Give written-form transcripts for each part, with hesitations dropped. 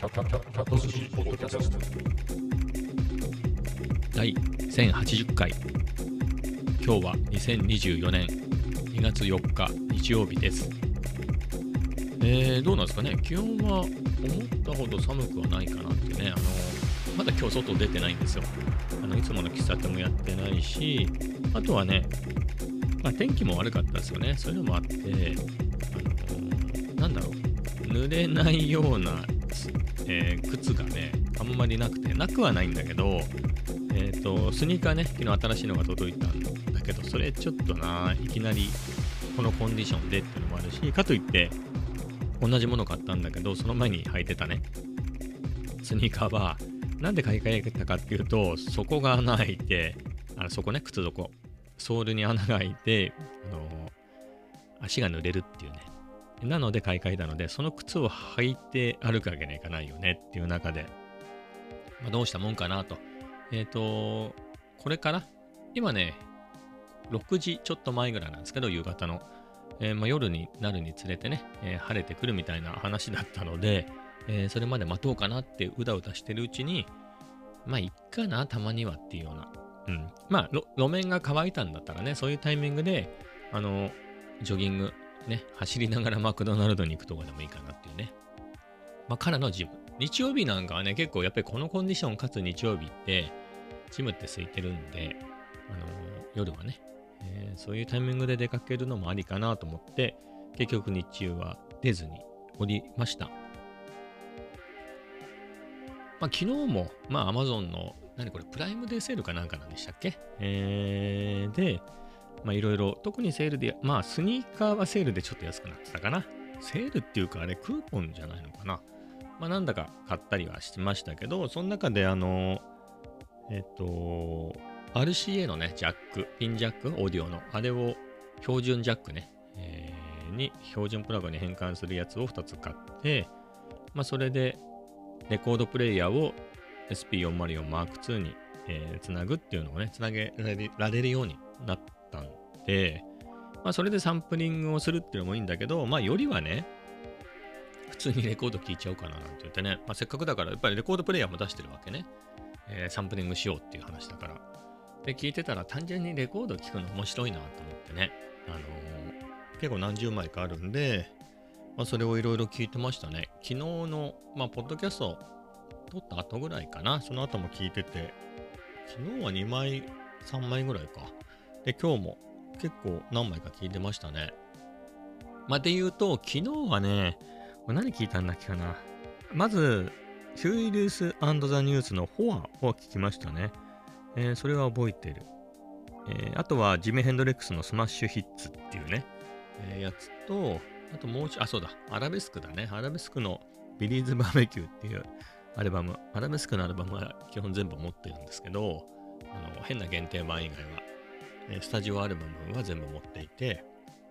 ト筋ポッドキャスト第1080回。今日は2024年2月4日日曜日です。どうなんですかね。気温は思ったほど寒くはないかなってね。まだ今日外出てないんですよ。いつもの喫茶店もやってないし、あとはね、天気も悪かったですよね。そういうのもあって、濡れないような、靴がね、あんまりなくはないんだけど、スニーカーね、昨日新しいのが届いたんだけど、それちょっといきなりこのコンディションでっていうのもあるし、かといって同じもの買ったんだけど、その前に履いてたね、スニーカーはなんで買い替えたかっていうと、底が穴開いて、底ね、靴底、ソールに穴が開いて、足が濡れるっていうね。なので買い替えたので、その靴を履いて歩くわけにはいかないよねっていう中で、どうしたもんかなと。これから、今ね、6時ちょっと前ぐらいなんですけど、夕方の。夜になるにつれてね、晴れてくるみたいな話だったので、それまで待とうかなってうだうだしてるうちに、いっかな、たまにはっていうような。路面が乾いたんだったらね、そういうタイミングで、ジョギング、ね、走りながらマクドナルドに行くとかでもいいかなっていうね。からのジム。日曜日なんかはね、結構やっぱりこのコンディションかつ日曜日って、ジムって空いてるんで、夜はね、そういうタイミングで出かけるのもありかなと思って、結局日中は出ずにおりました。昨日も、Amazon の、これ、プライムデーセールかなんかなんでしたっけ？で、いろいろ、特にセールで、スニーカーはセールでちょっと安くなってたかな。セールっていうか、あれ、クーポンじゃないのかな。なんだか買ったりはしてましたけど、その中で、RCA のね、ジャック、ピンジャック、オーディオの、あれを標準ジャックね、に、標準プラグに変換するやつを2つ買って、それで、レコードプレイヤーを SP404M2 に、つなぐっていうのをね、つなげられるようになったんで、それでサンプリングをするっていうのもいいんだけど、よりはね、普通にレコード聴いちゃおうかななんて言ってね、せっかくだからやっぱりレコードプレイヤーも出してるわけね。サンプリングしようっていう話だから。で、聞いてたら単純にレコード聴くの面白いなと思ってね。結構何十枚かあるんで、それをいろいろ聞いてましたね。昨日の、ポッドキャスト撮った後ぐらいかな。その後も聞いてて、昨日は2枚、3枚ぐらいか。で、今日も結構何枚か聞いてましたね。で言うと、昨日はね、何聞いたんだっけかな。まず、ヒューイルス&ザ・ニュースのフォアを聞きましたね。それは覚えてる。あとは、ジミ・ヘンドリックスのスマッシュヒッツっていうね、やつと、あともうそうだ、アラベスクだね。アラベスクのビリーズ・バーベキューっていうアルバム。アラベスクのアルバムは基本全部持ってるんですけど、変な限定版以外は、スタジオアルバムは全部持っていて、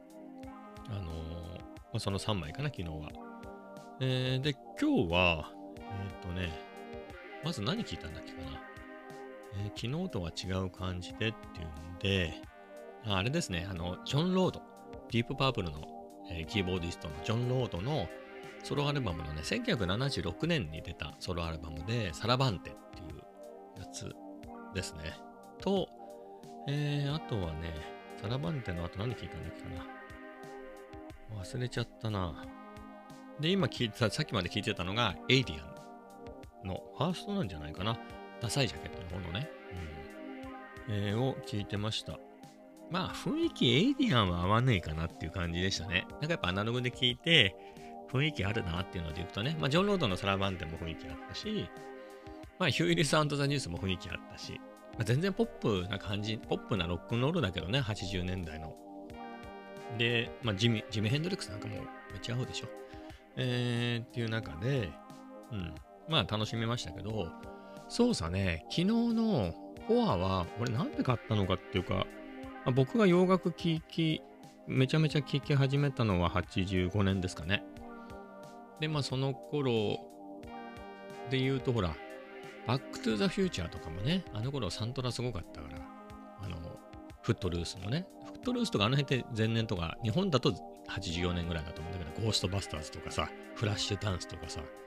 その3枚かな、昨日は。で、今日は、まず何聞いたんだっけかな。昨日とは違う感じでっていうんで、あれですね、ジョン・ロード、ディープパープルの、キーボーディストのジョン・ロードのソロアルバムのね、1976年に出たソロアルバムで、サラバンテっていうやつですね。と、あとはね、サラバンテの後何聞いたんだっけかな。忘れちゃったな。で、今さっきまで聞いてたのが、エイリアンのファーストなんじゃないかな。ダサいジャケットの方のね。を聞いてました。雰囲気エイリアンは合わねえかなっていう感じでしたね。やっぱアナログで聞いて、雰囲気あるなっていうので言うとね、ジョン・ロードのサラバンテも雰囲気あったし、ヒューイリス&ザ・ニュースも雰囲気あったし、全然ポップな感じ、ポップなロックンロールだけどね、80年代の。で、ジミ・ヘンドリックスなんかもめっちゃ合うでしょ。っていう中で、楽しみましたけど、そうさね、昨日のフォアは、俺なんで買ったのかっていうか、僕が洋楽めちゃめちゃ聴き始めたのは85年ですかね。で、その頃で言うと、ほら、バックトゥザフューチャーとかもね、あの頃サントラすごかったから、フットルースのね、フットルースとかあの辺って前年とか、日本だと84年ぐらいだと思うんだけど、ゴーストバスターズとかさ、フラッシュダンスとかさ、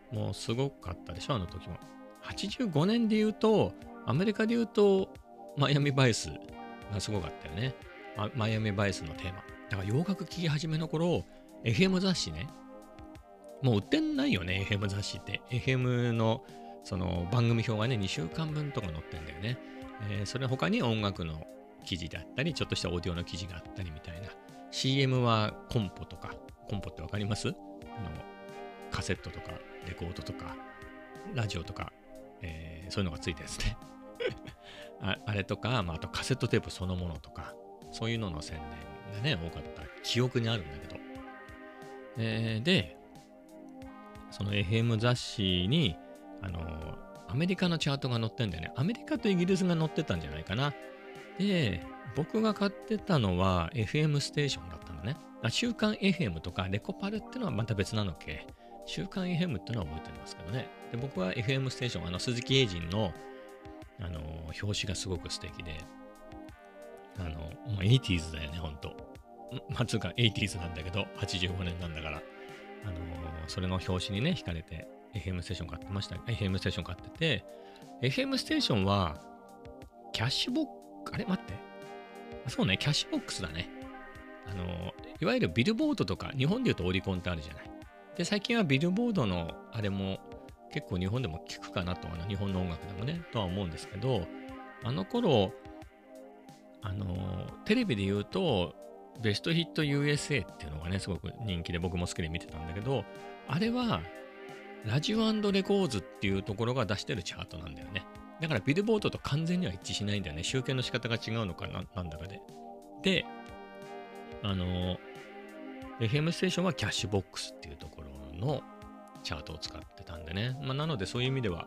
もうすごかったでしょ、あの時も。85年で言うと、アメリカで言うと、マイアミバイスがすごかったよね。マイアミバイスのテーマ。だから洋楽聴き始めの頃、FM 雑誌ね。もう売ってないよね、FM 雑誌って。FM のその番組表がね、2週間分とか載ってんだよね。それ他に音楽の記事であったり、ちょっとしたオーディオの記事があったりみたいな。CM はコンポとか、コンポってわかります？カセットとか、レコードとか、ラジオとか、そういうのがついたやつね。あれとか、あとカセットテープそのものとか、そういうのの宣伝がね、多かった記憶にあるんだけど。で、その FM 雑誌に、アメリカのチャートが載ってんだよね。アメリカとイギリスが載ってたんじゃないかな。で、僕が買ってたのは FM ステーションだったのね。週刊 FM とかレコパルってのはまた別なのっけ。週刊 FM ってのは覚えてますけどね。で、僕は FM ステーション、鈴木英人の、表紙がすごく素敵で、もう 80s だよね、ほんと。つうか 80s なんだけど、85年なんだから。それの表紙にね、惹かれて、FM ステーション買ってました。FM ステーション買ってて、FM ステーションは、キャッシュボックス、あれ待って。そうね、キャッシュボックスだね。いわゆるビルボードとか、日本で言うとオリコンってあるじゃない。で、最近はビルボードのあれも結構日本でも聞くかなと、日本の音楽でもね、とは思うんですけど、あの頃、テレビで言うと、ベストヒット USA っていうのがね、すごく人気で僕も好きで見てたんだけど、あれは、ラジオ&レコーズっていうところが出してるチャートなんだよね。だからビルボードと完全には一致しないんだよね。集計の仕方が違うのかなんだかで。で、FM ステーションはキャッシュボックスっていうところのチャートを使ってたんでね。なのでそういう意味では、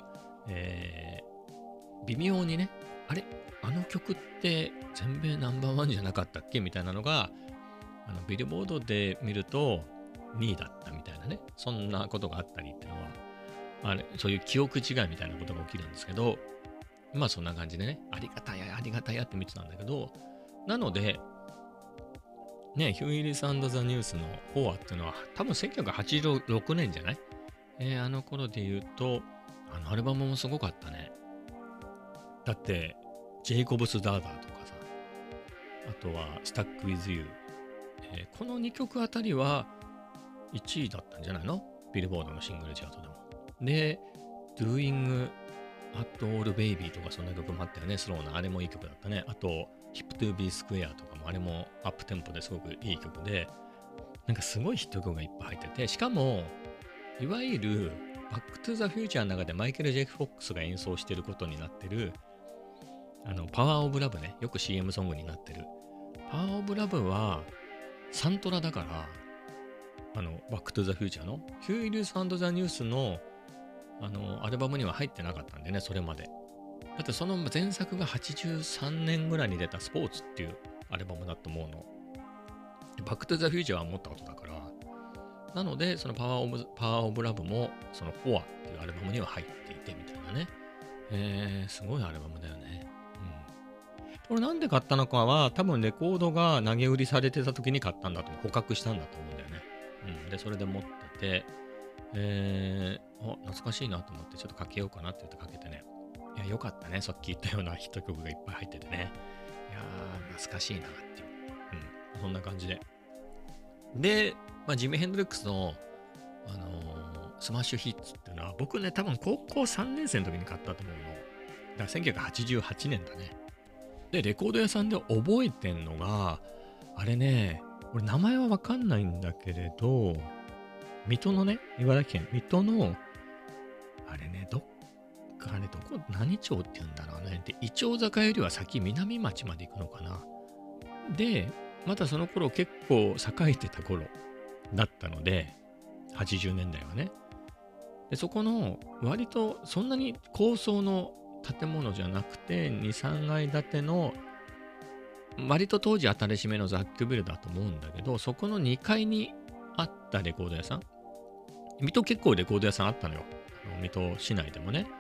微妙にね、あれあの曲って全米ナンバーワンじゃなかったっけみたいなのが、ビルボードで見ると2位だったみたいなね。そんなことがあったりっていうのは、そういう記憶違いみたいなことが起きるんですけど、そんな感じでね、ありがたやって見てたんだけど、なので、ね、ヒューイリス&ザ・ニュースのフォアっていうのは多分1986年じゃない？あの頃で言うと、アルバムもすごかったね。だって、ジェイコブス・ダーダーとかさ、あとはスタック・ウィズ・ユー。この2曲あたりは1位だったんじゃないの？ビルボードのシングルチャートでも。で、Doing at All Baby とかそんな曲もあったよね。スローな。あれもいい曲だったね。あと、Hip to Be Square とかもあれもアップテンポですごくいい曲で、なんかすごいヒット曲がいっぱい入ってて、しかも、いわゆるバックトゥザフューチャーの中でマイケル・ジェイク・フォックスが演奏してることになってる、パワー・オブ・ラブね。よく CM ソングになってる。パワー・オブ・ラブはサントラだから、バックトゥザフューチャーのヒューイルス&ザ・ニュースのアルバムには入ってなかったんでね、それまで。だってその前作が83年ぐらいに出たスポーツっていうアルバムだと思うの。バックトゥザフューチャーは持ったことだから。なので、そのパワーオブラブも、そのフォアっていうアルバムには入っていてみたいなね。すごいアルバムだよね。これなんで買ったのかは、多分レコードが投げ売りされてた時に買ったんだと思う。捕獲したんだと思うんだよね。で、それで持ってて、懐かしいなと思ってちょっとかけようかなって言ってかけてね。いや、よかったね。さっき言ったようなヒット曲がいっぱい入っててね。いやー、懐かしいなっていう。そんな感じで。で、ジミー・ヘンドリックスの、スマッシュヒッツっていうのは、僕ね、多分高校3年生の時に買ったと思うの。だから1988年だね。で、レコード屋さんで覚えてんのが、あれね、俺名前はわかんないんだけれど、水戸のね、茨城県水戸の、あれね、何町って言うんだろうね。で、イチョウ坂よりは先、南町まで行くのかな。で、またその頃結構栄えてた頃だったので、80年代はね。で、そこの割とそんなに高層の建物じゃなくて、2、3階建ての割と当時新しめの雑居ビルだと思うんだけど、そこの2階にあったレコード屋さん。水戸結構レコード屋さんあったのよ。水戸市内でもね。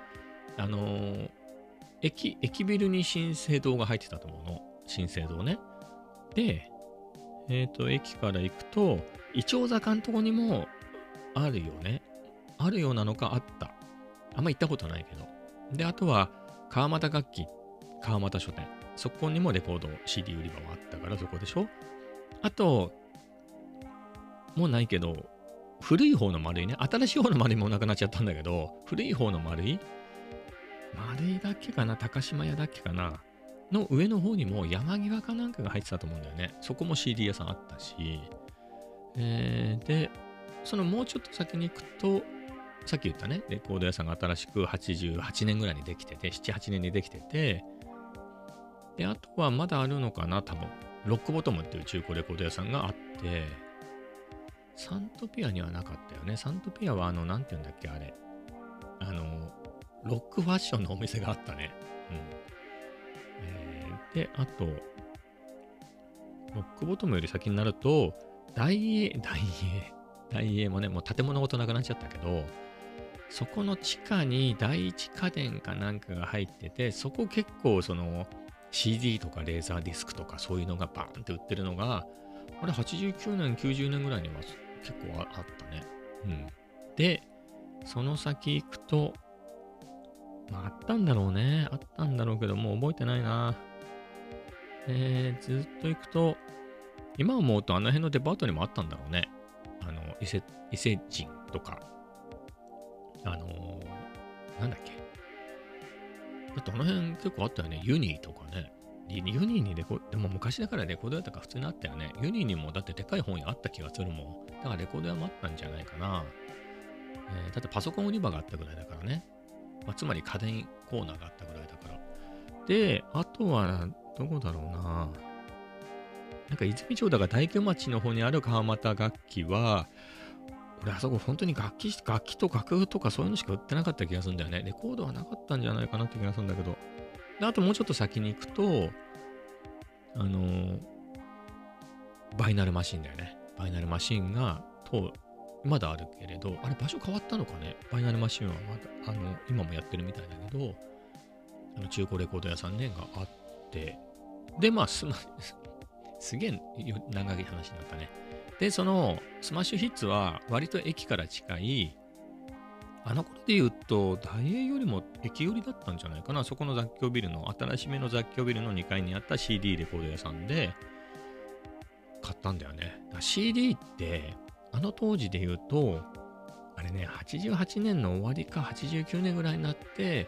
駅ビルに新生堂が入ってたと思うの。新生堂ね。で、駅から行くと、イチョウ坂のとこにもあるよね。 あるようなのかあった。あんま行ったことないけど。で、あとは、川俣楽器、川俣書店。そこにもレコード、CD 売り場はあったから、そこでしょ。あと、もうないけど、古い方の丸いね、新しい方の丸いもなくなっちゃったんだけど、古い方の丸いだっけかな、高島屋だっけかな、の上の方にも山際かなんかが入ってたと思うんだよね。そこも CD 屋さんあったし、で、そのもうちょっと先に行くと、さっき言ったね、レコード屋さんが新しく88年ぐらいにできてて、7、8年にできてて、で、あとはまだあるのかな、多分。ロックボトムっていう中古レコード屋さんがあって、サントピアにはなかったよね。サントピアはなんて言うんだっけ、あれ。ロックファッションのお店があったね。で、あと、ロックボトムより先になると、大英もね、もう建物ごとなくなっちゃったけど、そこの地下に第一家電かなんかが入ってて、そこ結構CD とかレーザーディスクとかそういうのがバーンって売ってるのが、あれ89年、90年ぐらいには結構あったね。で、その先行くと、まああったんだろうね。あったんだろうけど、もう覚えてないな。ずっと行くと、今思うとあの辺のデパートにもあったんだろうね。伊勢神とか、なんだっけ。だってあの辺結構あったよね。ユニーとかね。ユニーにでも昔だからレコード屋とか普通にあったよね。ユニーにもだってでかい本屋あった気がするもん。だからレコード屋もあったんじゃないかな。だってパソコン売り場があったぐらいだからね。つまり家電コーナーがあったぐらいだから。で、あとは、どこだろうな。なんか泉町だが大京町の方にある川俣楽器は、俺あそこ本当に楽器と楽譜とかそういうのしか売ってなかった気がするんだよね。レコードはなかったんじゃないかなって気がするんだけど。であともうちょっと先に行くと、バイナルマシンだよね。バイナルマシンが、まだあるけれど、あれ場所変わったのかね。バイナルマシンはまだ、今もやってるみたいだけど、中古レコード屋さんね、があって、で、まあ、すげえ長い話になったね。で、そのスマッシュヒッツは割と駅から近い、あの頃で言うと、大英よりも駅寄りだったんじゃないかな。そこの雑居ビルの、新しめの雑居ビルの2階にあった CD レコード屋さんで買ったんだよね。だから CD って、あの当時で言うと、あれね、88年の終わりか89年ぐらいになって、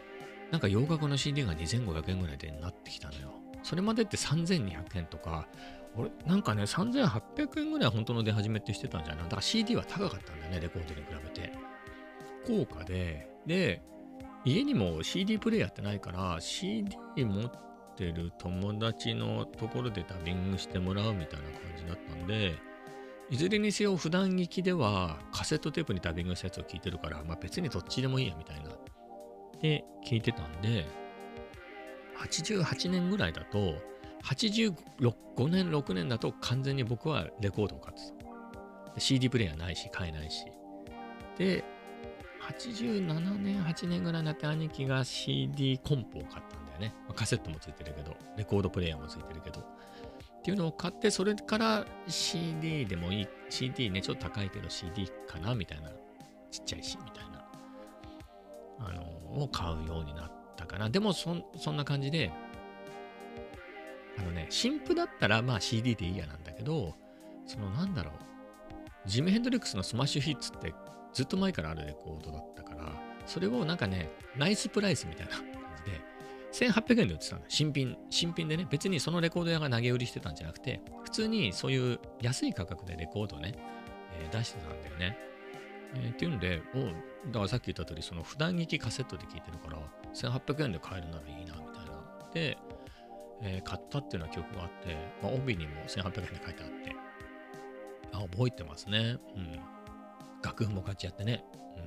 なんか洋楽の CD が2500円ぐらいでなってきたのよ。それまでって3200円とか、俺、なんかね、3800円ぐらい本当の出始めってしてたんじゃない？だから CD は高かったんだよね、レコードに比べて。高価で、家にも CD プレイヤーってないから、CD 持ってる友達のところでダビングしてもらうみたいな感じだったんで、いずれにせよ普段聞きではカセットテープにダビングしたやつを聞いてるから、まあ別にどっちでもいいやみたいな。で、聞いてたんで、88年ぐらいだと、85年、6年だと完全に僕はレコードを買ってた。CD プレイヤーないし、買えないし。で、87年、8年ぐらいになって兄貴が CD コンポを買ったんだよね。カセットもついてるけど、レコードプレイヤーもついてるけど。っていうのを買って、それから CD でもいい。CD ね、ちょっと高いけど CD かなみたいな。ちっちゃいし、みたいな。を買うようになったかな。でもそんな感じで、新譜だったらまあ CD でいいやなんだけど、なんだろう。ジム・ヘンドリックスのスマッシュヒッツってずっと前からあるレコードだったから、それをなんかね、ナイスプライスみたいな感じで、1800円で売ってたんだ。新品でね、別にそのレコード屋が投げ売りしてたんじゃなくて、普通にそういう安い価格でレコードをね、出してたんだよね。っていうので、だからさっき言った通り、その普段聞きカセットで聞いてるから、1800円で買えるならいいな、みたいな。で、買ったっていうような記憶があって、まあ、帯にも1800円で書いてあって、覚えてますね。楽譜も買っちゃってね。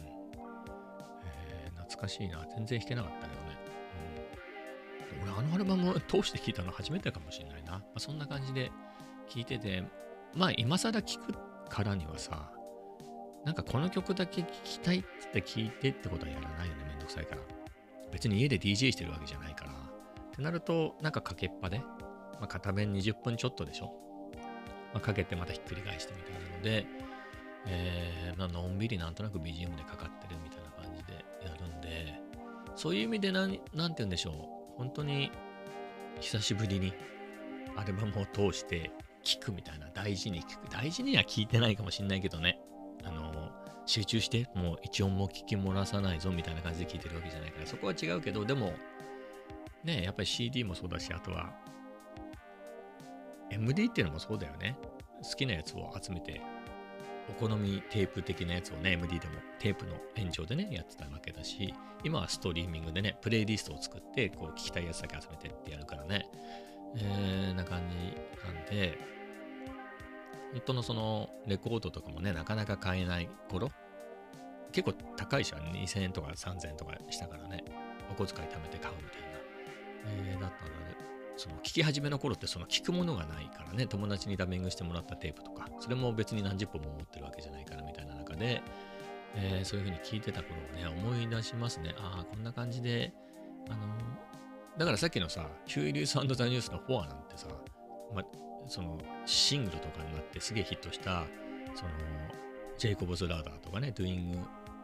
懐かしいな。全然弾けなかったけどね。俺、あのアルバムを通して聴いたの初めてかもしれないな。まあ、そんな感じで聴いてて、まあ、今更聴くからにはさ、なんかこの曲だけ聴きたいって聴いてってことはやらないよね。めんどくさいから。別に家で DJ してるわけじゃないから。ってなると、なんかかけっぱで、まあ、片面20分ちょっとでしょ。まあ、かけてまたひっくり返してみたいなので、 のんびりなんとなく BGM でかかってるみたいな感じでやるんで、そういう意味でなんて言うんでしょう。本当に久しぶりにアルバムを通して聴くみたいな、大事に聴く。大事には聴いてないかもしんないけどね。集中して、もう一音も聞き漏らさないぞみたいな感じで聴いてるわけじゃないから、そこは違うけど、でも、ね、やっぱり CD もそうだし、あとは、MD っていうのもそうだよね。好きなやつを集めて、お好みテープ的なやつをね、MD でもテープの延長でね、やってたわけだし、今はストリーミングでね、プレイリストを作って、こう、聞きたいやつだけ集めてってやるからね。な感じなんで、本当のそのレコードとかもね、なかなか買えない頃、結構高いしは2000円とか3000円とかしたからね、お小遣い貯めて買うみたいな、だったので、その聞き始めの頃ってその聞くものがないからね、友達にダビングしてもらったテープとか、それも別に何十本も持ってるわけじゃないからみたいな中で、そういう風に聞いてた頃をね、思い出しますね。ああ、こんな感じで、だからさっきのさ、ヒューリュース&ザ・ニュースのフォアなんてさ、そのシングルとかになってすげえヒットした、その、ジェイコブズ・ラーダーとかね、Doing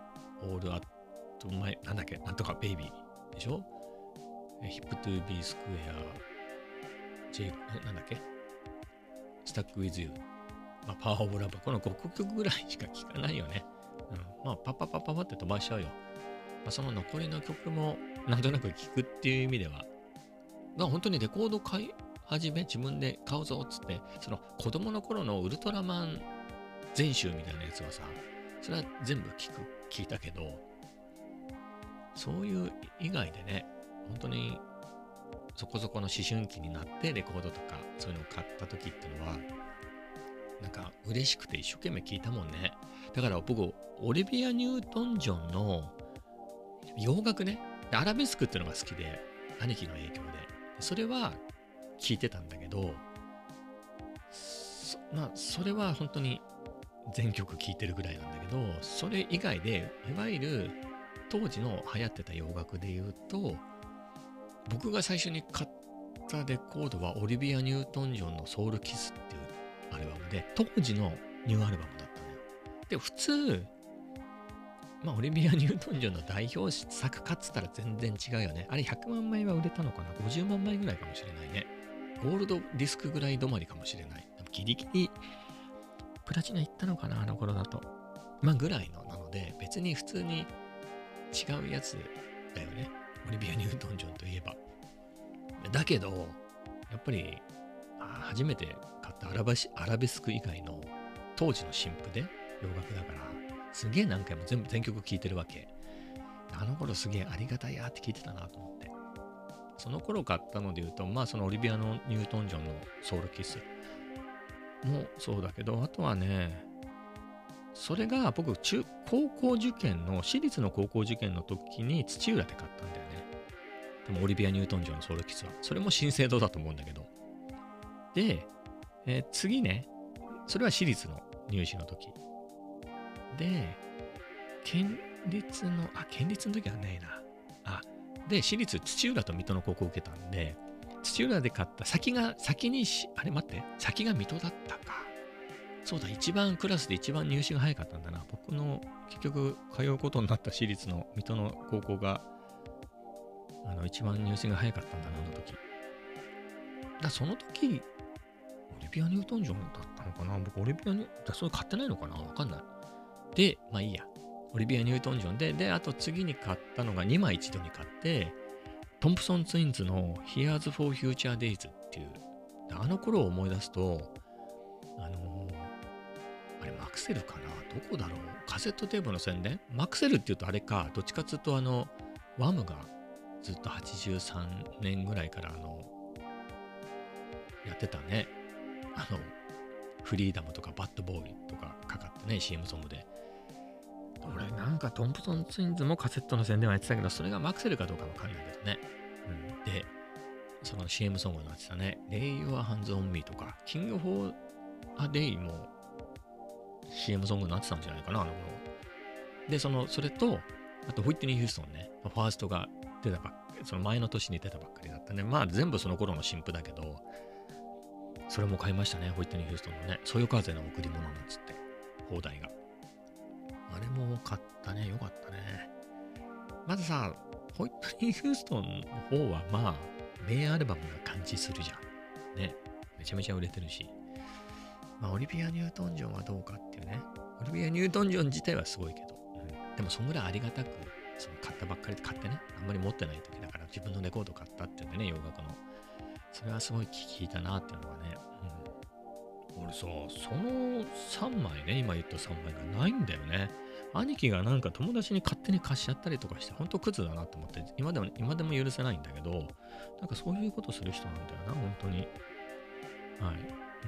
All At My、なんだっけ、なんとかベイビーでしょ？ヒップトゥービースクエア、なんだっけ？スタックウィズユー、パワーオブラブ、この5曲ぐらいしか聴かないよね。パッパって飛ばしちゃうよ。その残りの曲もなんとなく聴くっていう意味では、本当にレコード買い始め、自分で買うぞっつって、その子供の頃のウルトラマン全集みたいなやつはさ、それは全部聞いたけど、そういう以外でね、本当にそこそこの思春期になってレコードとかそういうのを買った時っていうのは、なんか嬉しくて一生懸命聞いたもんね。だから僕、オリビア・ニュートン・ジョンの洋楽ね、アラベスクっていうのが好きで、兄貴の影響で。それは聞いてたんだけど、それは本当に全曲聴いてるぐらいなんだけど、それ以外で、いわゆる当時の流行ってた洋楽で言うと、僕が最初に買ったレコードはオリビア・ニュートン・ジョンのソウルキスっていうアルバムで、当時のニューアルバムだったのよ。で、普通、オリビア・ニュートン・ジョンの代表作かっつったら全然違うよね。あれ100万枚は売れたのかな？ 50 万枚ぐらいかもしれないね。ゴールドディスクぐらい止まりかもしれない。でもギリギリプラチナ行ったのかな、あの頃だと。ぐらいのなので、別に普通に違うやつだよね。オリビア・ニュートン・ジョンといえば。だけど、やっぱり、初めて買ったアラベスク以外の当時の新譜で洋楽だから、すげえ何回も全曲聴いてるわけ。あの頃すげえありがたいやって聞いてたなと思って。その頃買ったので言うと、そのオリビアのニュートン・ジョンのソウルキスもそうだけど、あとはね、それが僕、高校受験の、私立の高校受験の時に土浦で買ったんだよね。でもオリビア・ニュートン・ジョンのソウルキスは。それも新生堂だと思うんだけど。で、次ね、それは私立の入試の時。で、県立の時はねえな。で、私立土浦と水戸の高校を受けたんで、土浦で買った先が水戸だったか。そうだ、クラスで一番入試が早かったんだな。僕の結局通うことになった私立の水戸の高校が、一番入試が早かったんだな、あの時。その時、オリビア・ニュートン・ジョンだったのかな？僕、それ買ってないのかな？わかんない。で、いいや。オリビア・ニュートン・ジョンで、あと次に買ったのが2枚一度に買って、トンプソン・ツインズの Here's for Future Days っていう、あの頃を思い出すと、あれ、マクセルかな？どこだろう？カセットテープの宣伝？マクセルって言うとあれか、どっちかっていうとワムがずっと83年ぐらいからやってたね。フリーダムとかバッドボーイとかかかってね、CM ソングで。俺なんかトンプソンツインズもカセットの宣伝はやってたけど、それがマクセルかどうかわかんないけどね。で、その CM ソングになってたね。Lay Your Hands on Me とか、King for a Day も CM ソングになってたんじゃないかな、あの頃。で、それと、あと、ホイットニー・ヒューストンね、ファーストが出たその前の年に出たばっかりだったね。全部その頃の新譜だけど、それも買いましたね、ホイットニー・ヒューストンのね、そよ風の贈り物なんつって、放題が。 あれも買ったね。よかったね。まずさ、ホイットニー・ヒューストンの方はまあ、名アルバムな感じするじゃん。ね。めちゃめちゃ売れてるし。まあ、オリビア・ニュートン・ジョンはどうかっていうね。オリビア・ニュートン・ジョン自体はすごいけど。でも、そんぐらいありがたく、その買ったばっかりで買ってね。あんまり持ってない時だから自分のレコード買ったっていうんでね、洋楽の。それはすごい聞いたなっていうのはね。俺さ、その3枚ね、今言った3枚がないんだよね。兄貴がなんか友達に勝手に貸しちゃったりとかして、ほんとクズだなと思って、今でも許せないんだけど、なんかそういうことする人なんだよな、本当に。はい。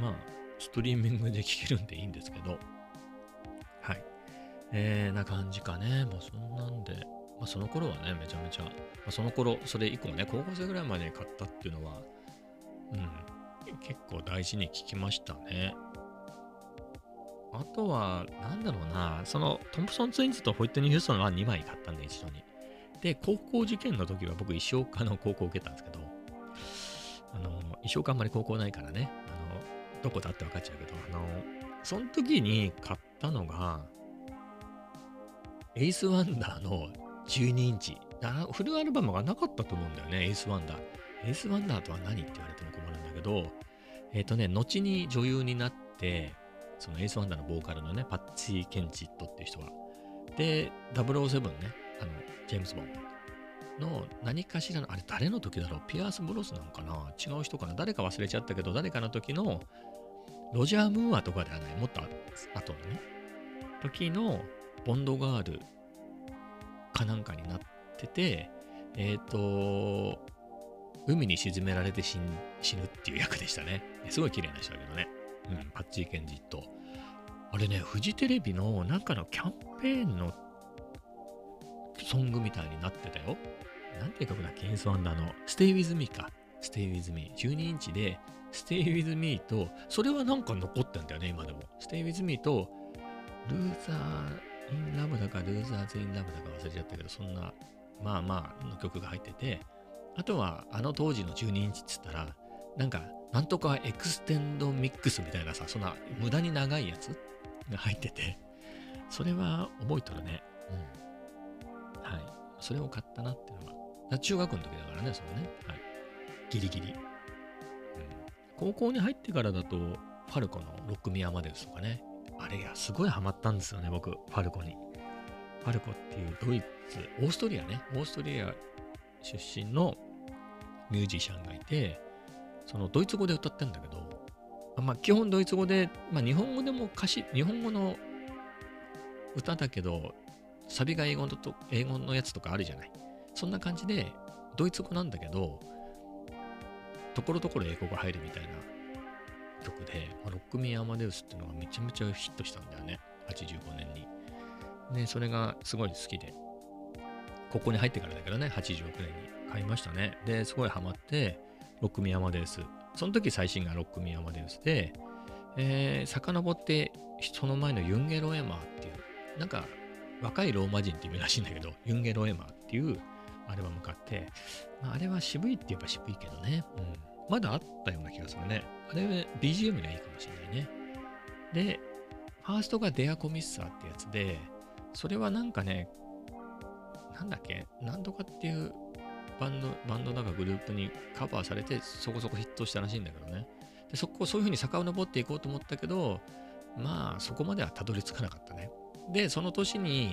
まあ、ストリーミングで聴けるんでいいんですけど、はい。な感じかね。まあそんなんで、まあその頃はね、めちゃめちゃ、まあ、その頃、それ以降ね、高校生ぐらいまでに買ったっていうのは、結構大事に聞きましたね。あとは、なんだろうな、そのトンプソンツインズとホイットニー・ヒューストンは2枚買ったんで、一緒に。で、高校受験の時は僕、石岡の高校を受けたんですけど、石岡あんまり高校ないからね、どこだって分かっちゃうけど、その時に買ったのが、エイス・ワンダーの12インチ。フルアルバムがなかったと思うんだよね、エイス・ワンダー。エイス・ワンダーとは何って言われても困るんだけど、後に女優になって、そのエイス・ワンダーのボーカルのね、パッツィ・ケンチットっていう人は。で、007ね、ジェームズ・ボンドの何かしらの、あれ誰の時だろう、ピアース・ブロスなのかな、違う人かな、誰か忘れちゃったけど、誰かの時の、ロジャー・ムーアとかではない、もっと後のね、時のボンドガールかなんかになってて、海に沈められて死ぬっていう役でしたね。すごい綺麗な人だけどね。パッチー・ケンジット。あれね、フジテレビのなんかのキャンペーンのソングみたいになってたよ。なんていう曲だっけ、エイス・ワンダーの Stay With Me か。Stay With Me。12インチで Stay With Me と、それはなんか残ってんだよね、今でも。Stay With Me と、Loser in Love だか Losers in Love だか忘れちゃったけど、そんな、まあまあの曲が入ってて、あとはあの当時の12インチっつったら、なんとかエクステンドミックスみたいなさ、そんな無駄に長いやつが入ってて、それは覚えとるね。はい。それを買ったなっていうのは。中学の時だからね、それね。はい。ギリギリ。高校に入ってからだと、ファルコのロックミアマデウスとかね。あれがすごいハマったんですよね、僕、ファルコに。ファルコっていうドイツ、オーストリアね。オーストリア出身のミュージシャンがいて、そのドイツ語で歌ってんだけど、まあ基本ドイツ語で、まあ日本語でも日本語の歌だけど、サビが英語のやつとかあるじゃない。そんな感じで、ドイツ語なんだけど、ところどころ英語が入るみたいな曲で、ロックミー・アマデウスっていうのがめちゃめちゃヒットしたんだよね。85年に。で、それがすごい好きで、ここに入ってからだけどね、86年に買いましたね。で、すごいハマって、ロックミー・アマデウス。その時最新がロックミー・アマデウスで、遡って、その前のユンゲロエマーっていう、なんか、若いローマ人って意味らしいんだけど、ユンゲロエマーっていうアルバム買って、まあ、あれは渋いって言えば渋いけどね、まだあったような気がするね。あれ BGM にはいいかもしれないね。で、ファーストがデアコミッサーってやつで、それはなんかね、なんだっけ、なんとかっていうバンドだかグループにカバーされてそこそこヒットしたらしいんだけどね。で、そういう風に遡っていこうと思ったけど、まあそこまではたどり着かなかったね。で、その年に、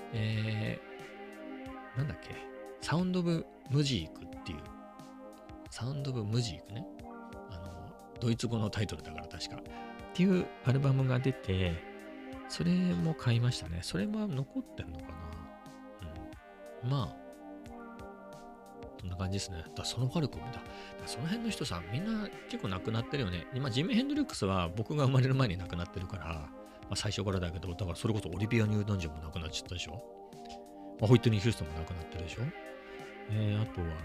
なんだっけ、サウンド・オブ・ムジークっていう、サウンド・オブ・ムジークね。ドイツ語のタイトルだから確か。っていうアルバムが出て、それも買いましたね。それは残ってんのかな。まあ、そんな感じですね。そのファルコンだ。その辺の人さ、みんな結構亡くなってるよね。今、ジミー・ヘンドリックスは僕が生まれる前に亡くなってるから、まあ、最初からだけど、だからそれこそオリビア・ニュートン・ジョンも亡くなっちゃったでしょ。まあ、ホイットニー・ヒューストンも亡くなってるでしょ。あとは、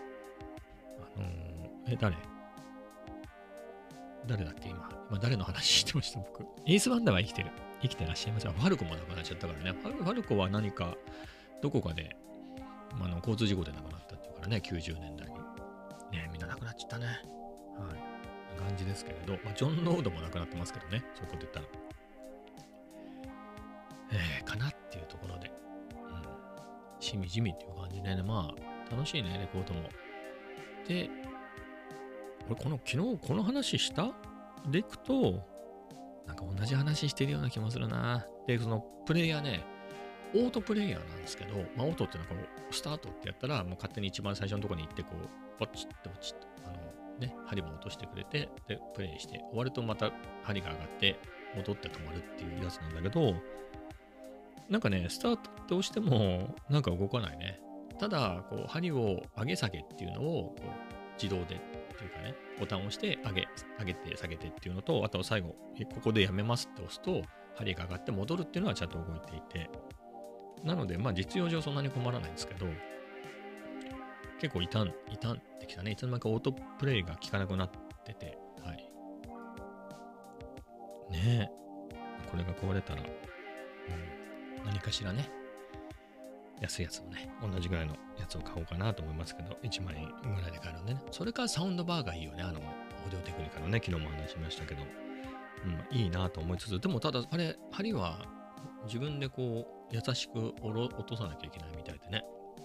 誰だっけ今誰の話してました僕。エース・バンダーは生きてらっしゃいます。ファルコも亡くなっちゃったからね。ファルコは何か、どこかで、交通事故で亡くなったっていうからね、90年代に。ね、みんな亡くなっちゃったね。はい。な感じですけれど、ジョン・ノードも亡くなってますけどね、そういうこと言ったら。かなっしみじみっていう感じでね、まあ、楽しいね、レコードも。で、俺、昨日この話したでいくと、なんか同じ話してるような気もするな。で、そのプレイヤーね、オートプレイヤーなんですけど、まあ、オートっていうのはこのスタートってやったら、もう勝手に一番最初のところに行って、こう、ポチッとポチッと、針も落としてくれて、で、プレイして、終わるとまた針が上がって、戻って止まるっていうやつなんだけど、なんかね、スタートって押しても、なんか動かないね。ただ、こう、針を上げ下げっていうのを、こう、自動でっていうかね、ボタンを押して上げて下げてっていうのと、あと最後、ここでやめますって押すと、針が上がって戻るっていうのはちゃんと動いていて、なので、まあ実用上そんなに困らないんですけど、結構傷んできたね。いつの間にかオートプレイが効かなくなってて、はい。ねえ、これが壊れたら、何かしらね、安いやつをね、同じぐらいのやつを買おうかなと思いますけど、1万円ぐらいで買えるんでね。それからサウンドバーがいいよね。オーディオテクニカのね、昨日も話しましたけど、いいなと思いつつ、でもただ、あれ、針は自分でこう、優しく落とさなきゃいけないみたいでね。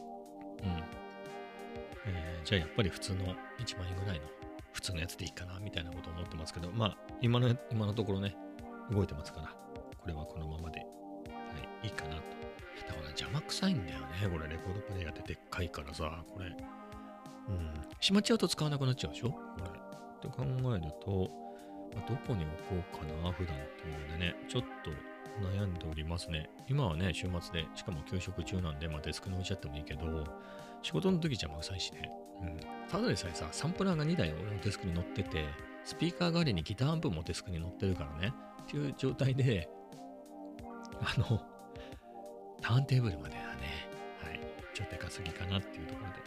じゃあやっぱり普通の1万円ぐらいの普通のやつでいいかなみたいなことを思ってますけど、まあ今のところね、動いてますから、これはこのままで、はい、いいかなと。だから邪魔くさいんだよね、これレコードプレイヤーってでっかいからさ、これ。しまっちゃうと使わなくなっちゃうでしょこれ。って考えると、どこに置こうかな、普段っていうのでね、ちょっと悩んでおりますね。今はね、週末で、しかも休息中なんで、デスクに置いちゃってもいいけど、仕事の時邪魔くさいしね。ただでさえさ、サンプラーが2台俺のデスクに乗ってて、スピーカー代わりにギターアンプもデスクに乗ってるからね。っていう状態で、ターンテーブルまではね、はい、ちょっとでかすぎかなっていうところで。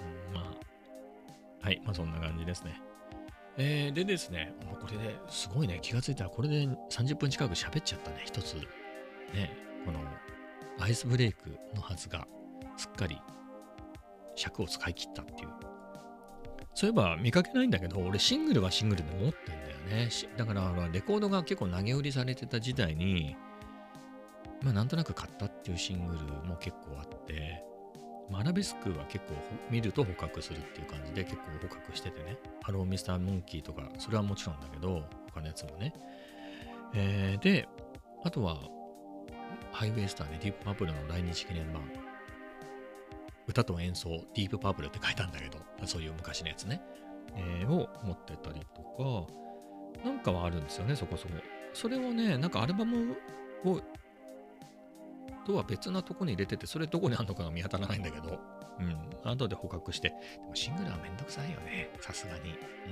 はい、そんな感じですね。でですね、もうこれですごいね、気がついたらこれで30分近く喋っちゃったね、一つ。ね、このアイスブレイクのはずが、すっかり尺を使い切ったっていう。そういえば見かけないんだけど、俺シングルはシングルで持ってんだよね。だからレコードが結構投げ売りされてた時代に、なんとなく買ったっていうシングルも結構あって、アラベスクは結構見ると捕獲するっていう感じで結構捕獲しててね。ハローミスターモンキーとか、それはもちろんだけど、他のやつもね。で、あとは、ハイウェイスターでディープパープルの来日記念版。歌と演奏、ディープパープルって書いたんだけど、そういう昔のやつね。を持ってたりとか、なんかはあるんですよね、そこそこ。それをね、なんかアルバムを、とは別なとこに入れてて、それどこにあるのかが見当たらないんだけど、後で捕獲して、でもシングルはめんどくさいよね、さすがに。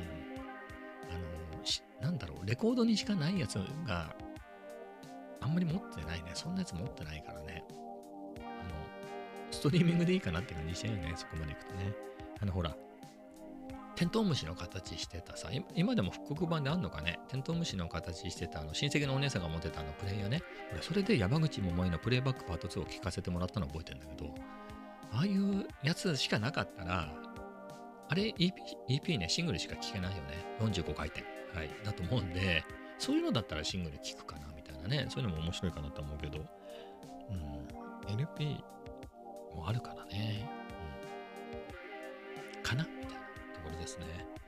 なんだろう、レコードにしかないやつがあんまり持ってないね。そんなやつ持ってないからね。ストリーミングでいいかなって感じしてるよね、そこまでいくとね。ほら、テントウムシの形してたさ、今でも復刻版であんのかね、テントウムシの形してた親戚のお姉さんが持ってたプレイヤーね。俺、それで山口百恵のプレイバックパート2を聞かせてもらったのを覚えてるんだけど、ああいうやつしかなかったら、あれ EP ね、シングルしか聴けないよね。45回転。はい。だと思うんで、そういうのだったらシングル聴くかな、みたいなね。そういうのも面白いかなと思うけど、LP もあるからね。かなみたいなところですね。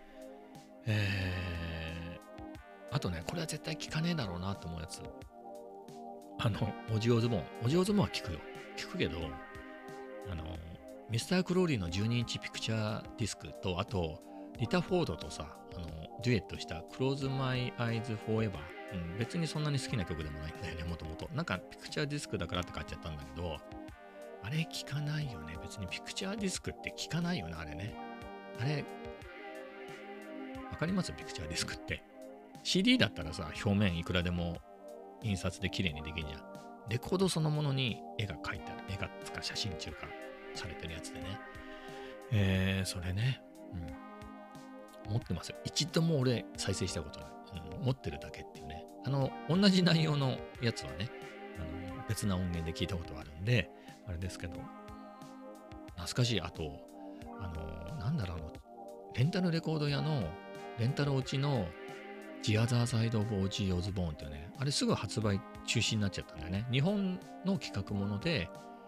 あとね、これは絶対聴かねえだろうなと思うやつ。オジオズボーン。オジオズボーンは聴くよ。聴くけど、ミスター・クローリーの12インチピクチャーディスクと、あと、リタ・フォードとさ、デュエットした Close My Eyes Forever。別にそんなに好きな曲でもないんだよね、もともと。なんか、ピクチャーディスクだからって買っちゃったんだけど、あれ聞かないよね。別にピクチャーディスクって聞かないよな、あれね。あれ、わかりますピクチャーディスクって。CD だったらさ、表面いくらでも印刷で綺麗にできるじゃん。レコードそのものに絵が描いてある。絵がつか写真中かされてるやつでね。それね。持ってますよ。一度も俺再生したことない。持ってるだけっていうね。同じ内容のやつはね、別な音源で聞いたことがあるんで、あれですけど、懐かしい。あと、なんだろう、レンタルレコード屋のレンタル落ちのThe Other Side of Ozzy Osbourne っていうね、あれすぐ発売中止になっちゃったんだよね。日本の企画もので、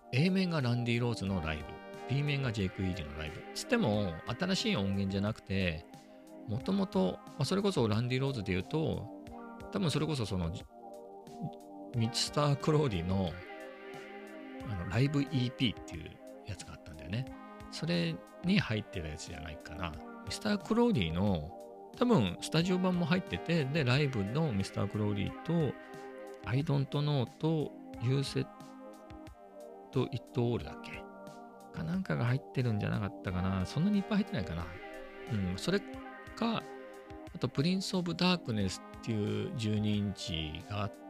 A 面がランディ・ローズのライブ、B 面がジェイク・イーディのライブ。つっても、新しい音源じゃなくて、もともと、それこそランディ・ローズで言うと、多分それこそその、ミスター・クローディのライブ EP っていうやつがあったんだよね。それに入ってるやつじゃないかな。ミスター・クローディの多分スタジオ版も入ってて、で、ライブのミスター・クローディと I don't know と You said it all だっけかなんかが入ってるんじゃなかったかな。そんなにいっぱい入ってないかな。それか、あとプリンス・オブ・ダークネスっていう12インチがあって、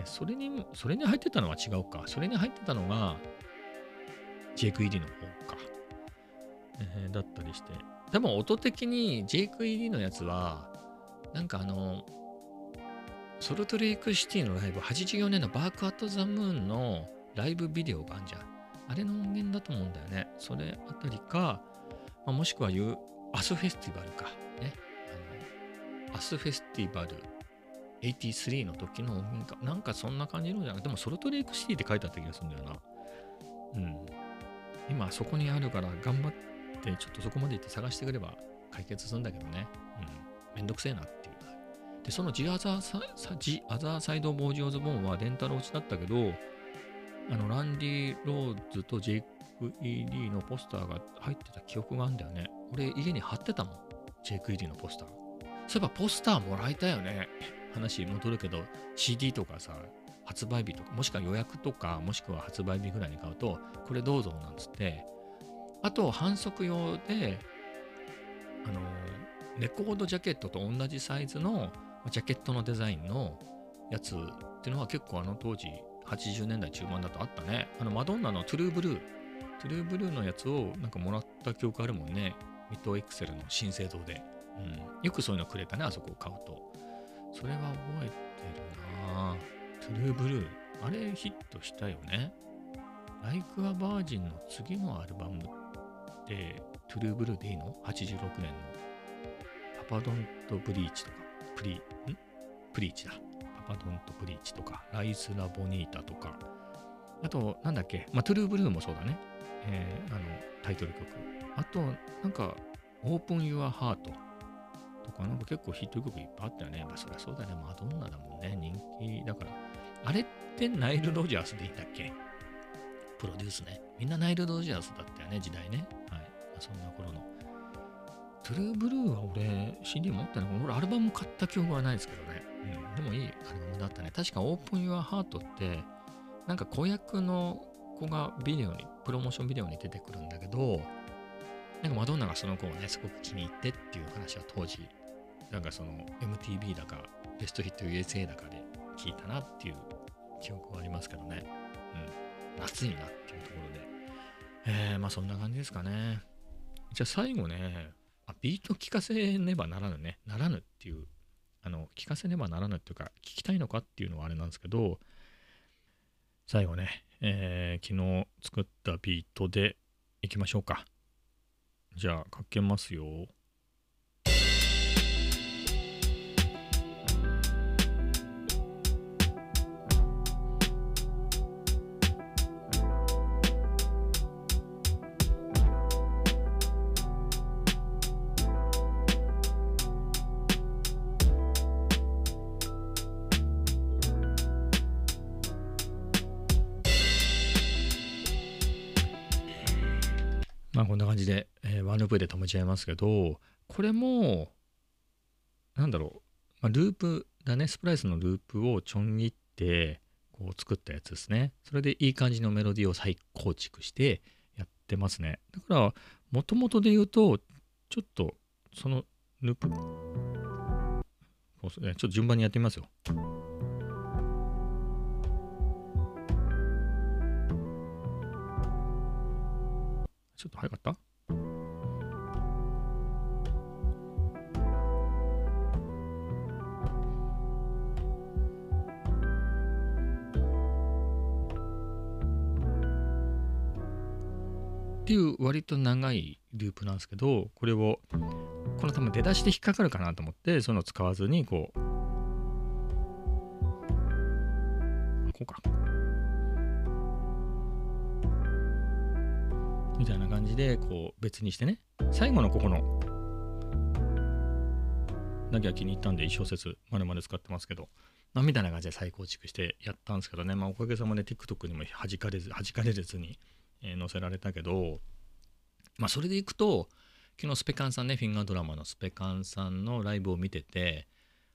それに入ってたのは違うか。それに入ってたのが、ジェイク・イディの方か。だったりして。多分音的にジェイク・イディのやつは、なんかソルトレイクシティのライブ、84年のバーク・アット・ザ・ムーンのライブビデオがあるじゃん。あれの音源だと思うんだよね。それあたりか、もしくはアスフェスティバルか。ね。アスフェスティバル83の時の音源か。なんかそんな感じのじゃなくて、でもソルトレイクシティって書いてあった気がするんだよな。今そこにあるから頑張ってちょっとそこまで行って探してくれば解決するんだけどね。めんどくせえなっていう。で、そのジアザーサイド・ボージ・オズ・ボーンはレンタル落ちだったけど、ランディ・ローズとジェイク・イーディのポスターが入ってた記憶があるんだよね。俺家に貼ってたもん。ジェイク・イーディのポスター。そういえばポスターもらいたいよね。話戻るけど CD とかさ、発売日とか、もしくは予約とか、もしくは発売日ぐらいに買うと、これどうぞなんつって、あと反則用で、レコードジャケットと同じサイズのジャケットのデザインのやつっていうのは結構当時80年代中盤だとあったね。マドンナのトゥルーブルーのやつをなんかもらった記憶あるもんね。ミッドエクセルの新生堂で。よくそういうのくれたね、あそこを買うと。それは覚えてるなぁ。トゥルーブルー。あれヒットしたよね。Like a Virgin の次のアルバムってトゥルーブルーでいいの ?86 年のパパドントブリーチとか、プリーチだ。パパドントブリーチとか、ライスラボニータとか、あと、なんだっけ、トゥルーブルーもそうだね。タイトル曲。あと、なんか、Open Your Heart とか、なんか結構ヒット曲いっぱいあったよね。そりゃそうだね。マドンナだもんね。人気だから。あれってナイル・ロジャースでいいんだっけ？プロデュースね。みんなナイル・ロジャースだったよね、時代ね。はい。そんな頃の。トゥルーブルーは俺 CD 持ってない。俺アルバム買った記憶はないですけどね。でもいいアルバムだったね。確か Open Your Heart って、なんか子役の子がプロモーションビデオに出てくるんだけど、なんかマドンナがその子をね、すごく気に入ってっていう話は当時、なんかその MTV だか、ベストヒット USA だかで聞いたなっていう記憶はありますけどね。夏いなっていうところで。そんな感じですかね。じゃあ最後ね、ビート聞かせねばならぬね。ならぬっていう、聞かせねばならぬっていうか、聞きたいのかっていうのはあれなんですけど、最後ね、昨日作ったビートでいきましょうか。じゃあ、かけますよ。こんな感じで、ワンループで止めちゃいますけど、これも、なんだろう、ループだね、スプライスのループをちょん切って、こう作ったやつですね。それでいい感じのメロディーを再構築してやってますね。だから、もともとで言うと、ちょっと、そのループ、ちょっと順番にやってみますよ。ちょっと早かった？っていう割と長いループなんですけど、これをこの多分出だしで引っかかるかなと思って、そういうのを使わずにこうか。 じでこう別にしてね、最後のここのだけは気に入ったんで1小節まるまる使ってますけど、みたいな感じで再構築してやったんですけどね、おかげさまで TikTok にも弾かれずに、載せられたけど、それでいくと昨日スペカンさんね、フィンガードラマのスペカンさんのライブを見てて、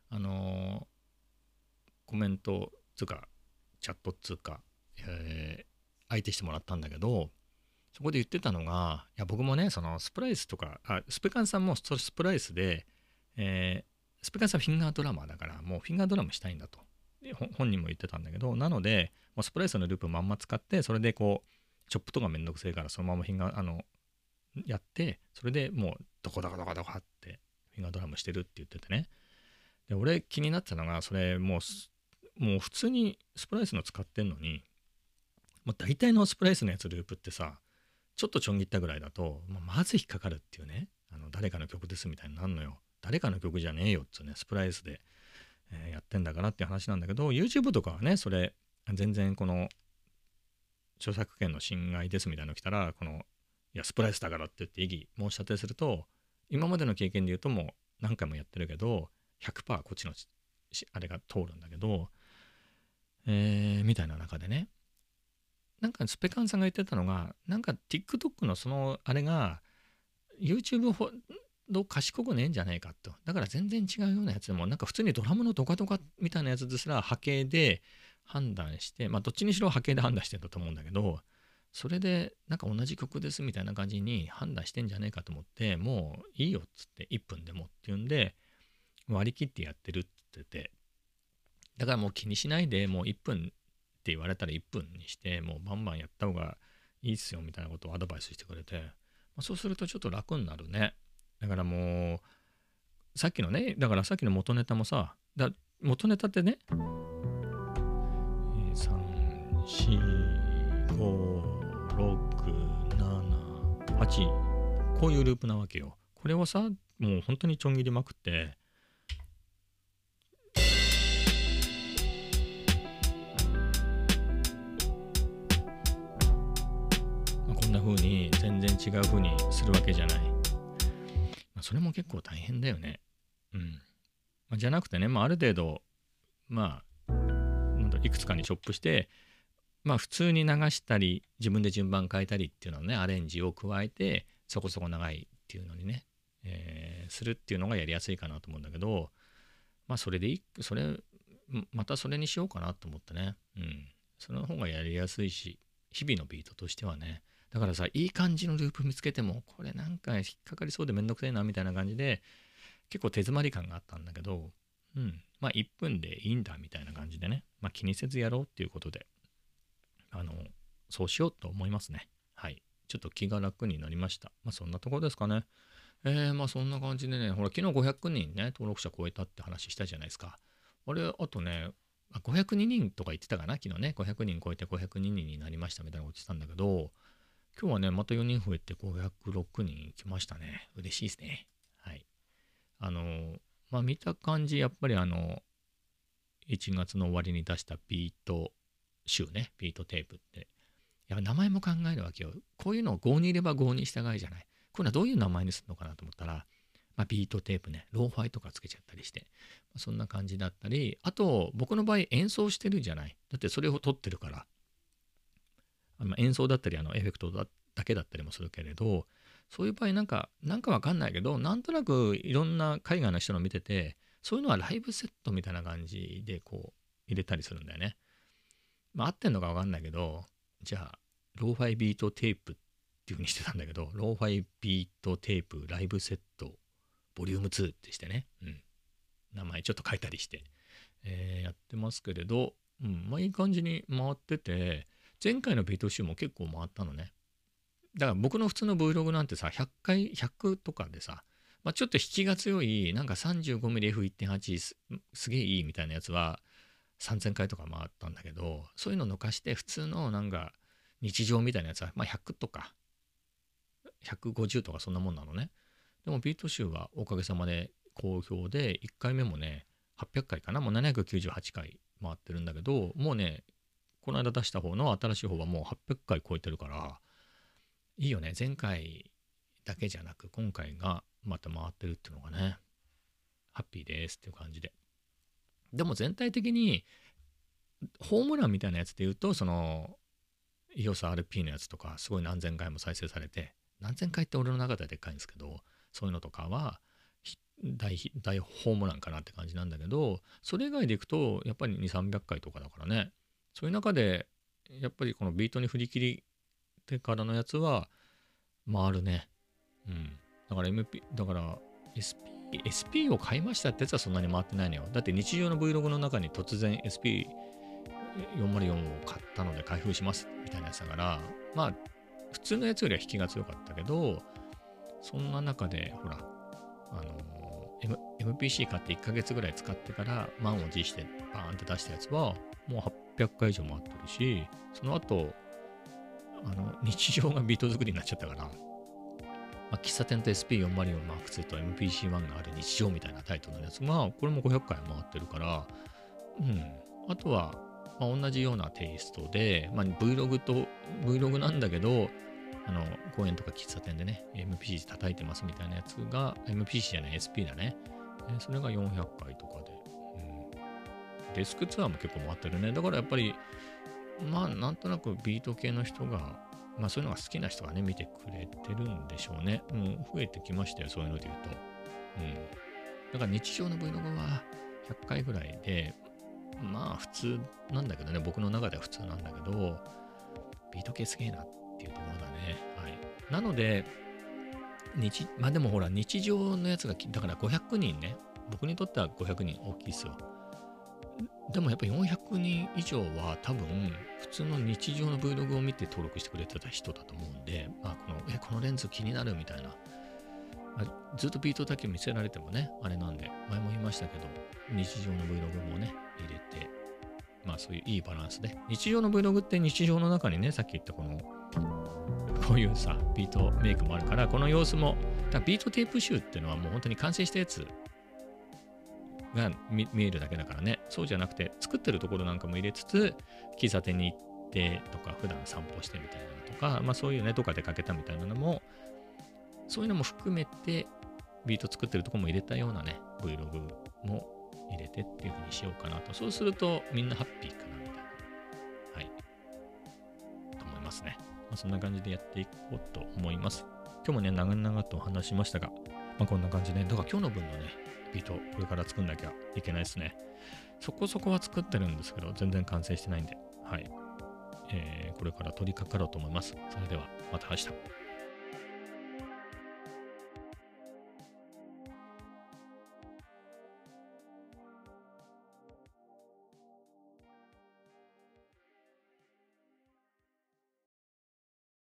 コメントつうかチャットつうか、相手してもらったんだけど、そこで言ってたのが、いや僕もねそのスプライスとかスペカンさんもスプライスで、スペカンさんフィンガードラマーだからもうフィンガードラムしたいんだと本人も言ってたんだけど、なのでもうスプライスのループまんま使って、それでこうチョップとかめんどくせえからそのままフィンガーやって、それでもうドコドコドコドコってフィンガードラムしてるって言っててね。で俺気になってたのが、それもう普通にスプライスの使ってんのに、もう大体のスプライスのやつループってさ、ちょっとちょん切ったぐらいだと、まず引っかかるっていうね、誰かの曲ですみたいになるのよ。誰かの曲じゃねえよっつうね、スプライスで、やってんだからっていう話なんだけど、 YouTube とかはねそれ全然この著作権の侵害ですみたいなの来たら、このいやスプライスだからって言って異議申し立てすると、今までの経験で言うともう何回もやってるけど 100% こっちのあれが通るんだけど、みたいな中でね、なんかスペカンさんが言ってたのが、なんか TikTok のそのあれが YouTube ほど賢くねえんじゃないかと。だから全然違うようなやつでも、なんか普通にドラムのドカドカみたいなやつですら波形で判断して、どっちにしろ波形で判断してんだと思うんだけど、それでなんか同じ曲ですみたいな感じに判断してんじゃねえかと思って、もういいよっつって1分でもっていうんで割り切ってやってるって言ってて、だからもう気にしないでもう1分って言われたら1分にしてもうバンバンやった方がいいっすよみたいなことをアドバイスしてくれて、そうするとちょっと楽になるね。だからもうさっきのね、だからさっきの元ネタもさ、元ネタってね、3、4、5、6、7、8、こういうループなわけよ。これをさ、もう本当にちょん切りまくって、こんな風に全然違う風にするわけじゃない。それも結構大変だよね。じゃなくてね、ある程度いくつかにチョップして、普通に流したり自分で順番変えたりっていうのをね、アレンジを加えてそこそこ長いっていうのにね、するっていうのがやりやすいかなと思うんだけど、それでまたそれにしようかなと思ってね。その方がやりやすいし、日々のビートとしてはね。だからさ、いい感じのループ見つけてもこれなんか引っかかりそうでめんどくせえなみたいな感じで結構手詰まり感があったんだけど、1分でいいんだみたいな感じでね、気にせずやろうっていうことでそうしようと思いますね。はい。ちょっと気が楽になりました。そんなところですかね。そんな感じでね、ほら、昨日500人ね、登録者超えたって話したじゃないですか。あとね、502人とか言ってたかな、昨日ね、500人超えて502人になりましたみたいなこと言ってたんだけど、今日はね、また4人増えて506人来ましたね。嬉しいですね。はい。見た感じ、やっぱり1月の終わりに出したビート集ね、ビートテープって、やっぱ名前も考えるわけよ。こういうのを5にいれば5に従いじゃない。こういうのはどういう名前にするのかなと思ったら、ビートテープね、ローファイとかつけちゃったりして、そんな感じだったり、あと僕の場合演奏してるじゃない。だってそれを撮ってるから。演奏だったりエフェクトだけだったりもするけれど、そういう場合なんかわかんないけど、なんとなくいろんな海外の人の見てて、そういうのはライブセットみたいな感じでこう入れたりするんだよね。合ってんのかわかんないけど、じゃあローファイビートテープっていう風にしてたんだけど、ローファイビートテープライブセットボリューム2ってしてね、名前ちょっと書いたりして、やってますけれど、いい感じに回ってて、前回のビート集も結構回ったのね。だから僕の普通の Vlog なんてさ、100とかでさ、ちょっと引きが強い、なんか 35mm F1.8 すげえいいみたいなやつは3000回とか回ったんだけど、そういうの抜かして普通のなんか日常みたいなやつは、100とか150とかそんなもんなのね。でもビート集はおかげさまで好評で、1回目もね、800回かな、もう798回回ってるんだけど、もうね、この間出した方の新しい方はもう800回超えてるから、 いいよね。前回だけじゃなく、今回がまた回ってるっていうのがね、ハッピーですっていう感じで。でも全体的に、ホームランみたいなやつで言うと、その、EOSRP のやつとか、すごい何千回も再生されて、何千回って俺の中ではでっかいんですけど、そういうのとかは、大ホームランかなって感じなんだけど、それ以外でいくと、やっぱり2、300回とかだからね、そういう中で、やっぱりこのビートに振り切りてからのやつは、回るね。うん。だから だから SP を買いましたってやつはそんなに回ってないのよ。だって日常の Vlog の中に突然 SP404 を買ったので開封しますみたいなやつだから、まあ、普通のやつよりは引きが強かったけど、そんな中で、ほら、MPC 買って1ヶ月ぐらい使ってから満を持してバーンって出したやつはもう800回以上回ってるし、その後、日常がビート作りになっちゃったから、喫茶店と SP404M2 と MPC1 がある日常みたいなタイトルのやつが、これも500回回ってるから、あとは、同じようなテイストで、Vlog なんだけど、公園とか喫茶店でね、MPC 叩いてますみたいなやつが、MPC じゃない、SP だね。それが400回とかで、デスクツアーも結構回ってるね。だからやっぱり、なんとなくビート系の人が、そういうのが好きな人がね、見てくれてるんでしょうね。増えてきましたよ、そういうので言うと。だから日常の Vlog は100回ぐらいで、普通なんだけどね、僕の中では普通なんだけど、ビート系すげえなっていうところだね。はい。なので、でもほら、日常のやつが、だから500人ね、僕にとっては500人大きいですよ。でもやっぱり400人以上は多分普通の日常の Vlog を見て登録してくれてた人だと思うんで、このレンズ気になるみたいな、ずっとビートだけ見せられてもね、あれなんで、前も言いましたけど、日常の Vlog もね、入れて、そういういいバランスで、日常の Vlog って日常の中にね、さっき言ったこういうさ、ビートメイクもあるから、この様子も、ビートテープ集っていうのはもう本当に完成したやつが見えるだけだからね。そうじゃなくて、作ってるところなんかも入れつつ、喫茶店に行ってとか、普段散歩してみたいなのとか、そういうね、どっか出かけたみたいなのも、そういうのも含めて、ビート作ってるところも入れたようなね、Vlog も入れてっていう風にしようかなと。そうすると、みんなハッピーかなみたいな。はい。と思いますね。そんな感じでやっていこうと思います。今日もね、長々と話しましたが、こんな感じで、だから今日の分のね、ビート、これから作んなきゃいけないですね。そこそこは作ってるんですけど、全然完成してないんで、はい。これから取り掛かろうと思います。それでは、また明日。